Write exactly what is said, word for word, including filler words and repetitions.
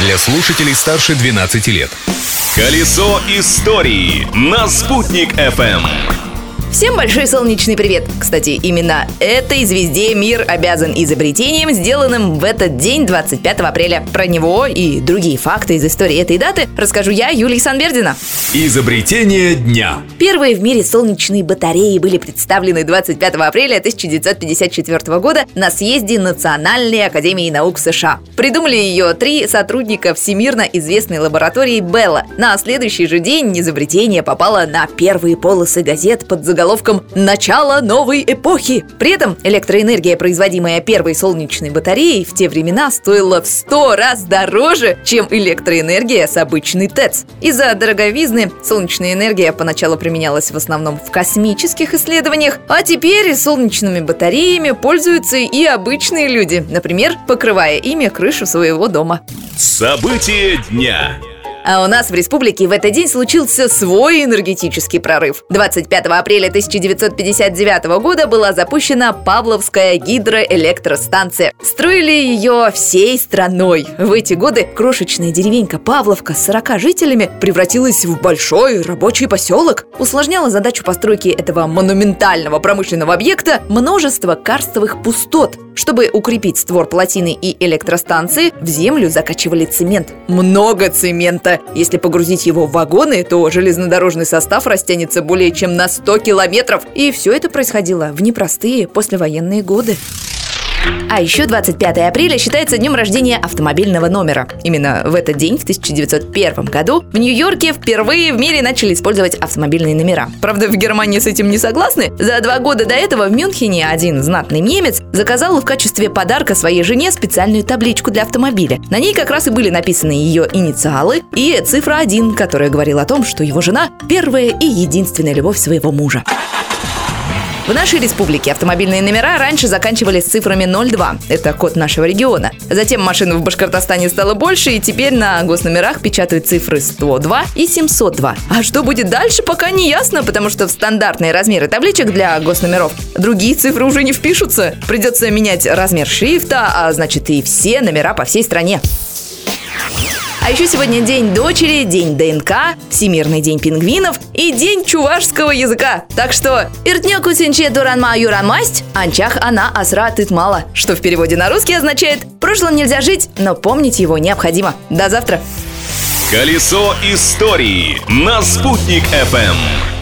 для слушателей старше двенадцати лет. Колесо истории на Спутник эф эм. Всем большой солнечный привет! Кстати, именно этой звезде мир обязан изобретением, сделанным в этот день, двадцать пятого апреля. Про него и другие факты из истории этой даты расскажу я, Юлия Санбердина. Изобретение дня. Первые в мире солнечные батареи были представлены двадцать пятого апреля тысяча девятьсот пятьдесят четвёртого года на съезде Национальной академии наук США. Придумали ее три сотрудника всемирно известной лаборатории Белла. На следующий же день изобретение попало на первые полосы газет под заголовком «Начало новой эпохи». При этом электроэнергия, производимая первой солнечной батареей, в те времена стоила в сто раз дороже, чем электроэнергия с обычной ТЭЦ. Из-за дороговизны солнечная энергия поначалу применялась в основном в космических исследованиях, а теперь солнечными батареями пользуются и обычные люди, например, покрывая ими крышу своего дома. События дня. А у нас в республике в этот день случился свой энергетический прорыв. двадцать пятого апреля тысяча девятьсот пятьдесят девятого года была запущена Павловская гидроэлектростанция. Строили ее всей страной. В эти годы крошечная деревенька Павловка с сорока жителями превратилась в большой рабочий поселок. Усложняло задачу постройки этого монументального промышленного объекта множество карстовых пустот. Чтобы укрепить створ плотины и электростанции, в землю закачивали цемент. Много цемента. Если погрузить его в вагоны, то железнодорожный состав растянется более чем на сто километров. И все это происходило в непростые послевоенные годы. А еще двадцать пятого апреля считается днем рождения автомобильного номера. Именно в этот день, в тысяча девятьсот первом году, в Нью-Йорке впервые в мире начали использовать автомобильные номера. Правда, в Германии с этим не согласны. За два года до этого в Мюнхене один знатный немец заказал в качестве подарка своей жене специальную табличку для автомобиля. На ней как раз и были написаны ее инициалы и цифра один, которая говорила о том, что его жена – первая и единственная любовь своего мужа. В нашей республике автомобильные номера раньше заканчивались цифрами ноль два. Это код нашего региона. Затем машин в Башкортостане стало больше, и теперь на госномерах печатают цифры сто два и семьсот два. А что будет дальше, пока не ясно, потому что в стандартные размеры табличек для госномеров другие цифры уже не впишутся. Придется менять размер шрифта, а значит и все номера по всей стране. А еще сегодня день дочери, день ДНК, Всемирный день пингвинов и день чувашского языка. Так что «Иртнёку синче дуранма юранмасть, анчах она асра тытмала», что в переводе на русский означает «прошлым нельзя жить, но помнить его необходимо». До завтра! Колесо истории на Спутник эф эм.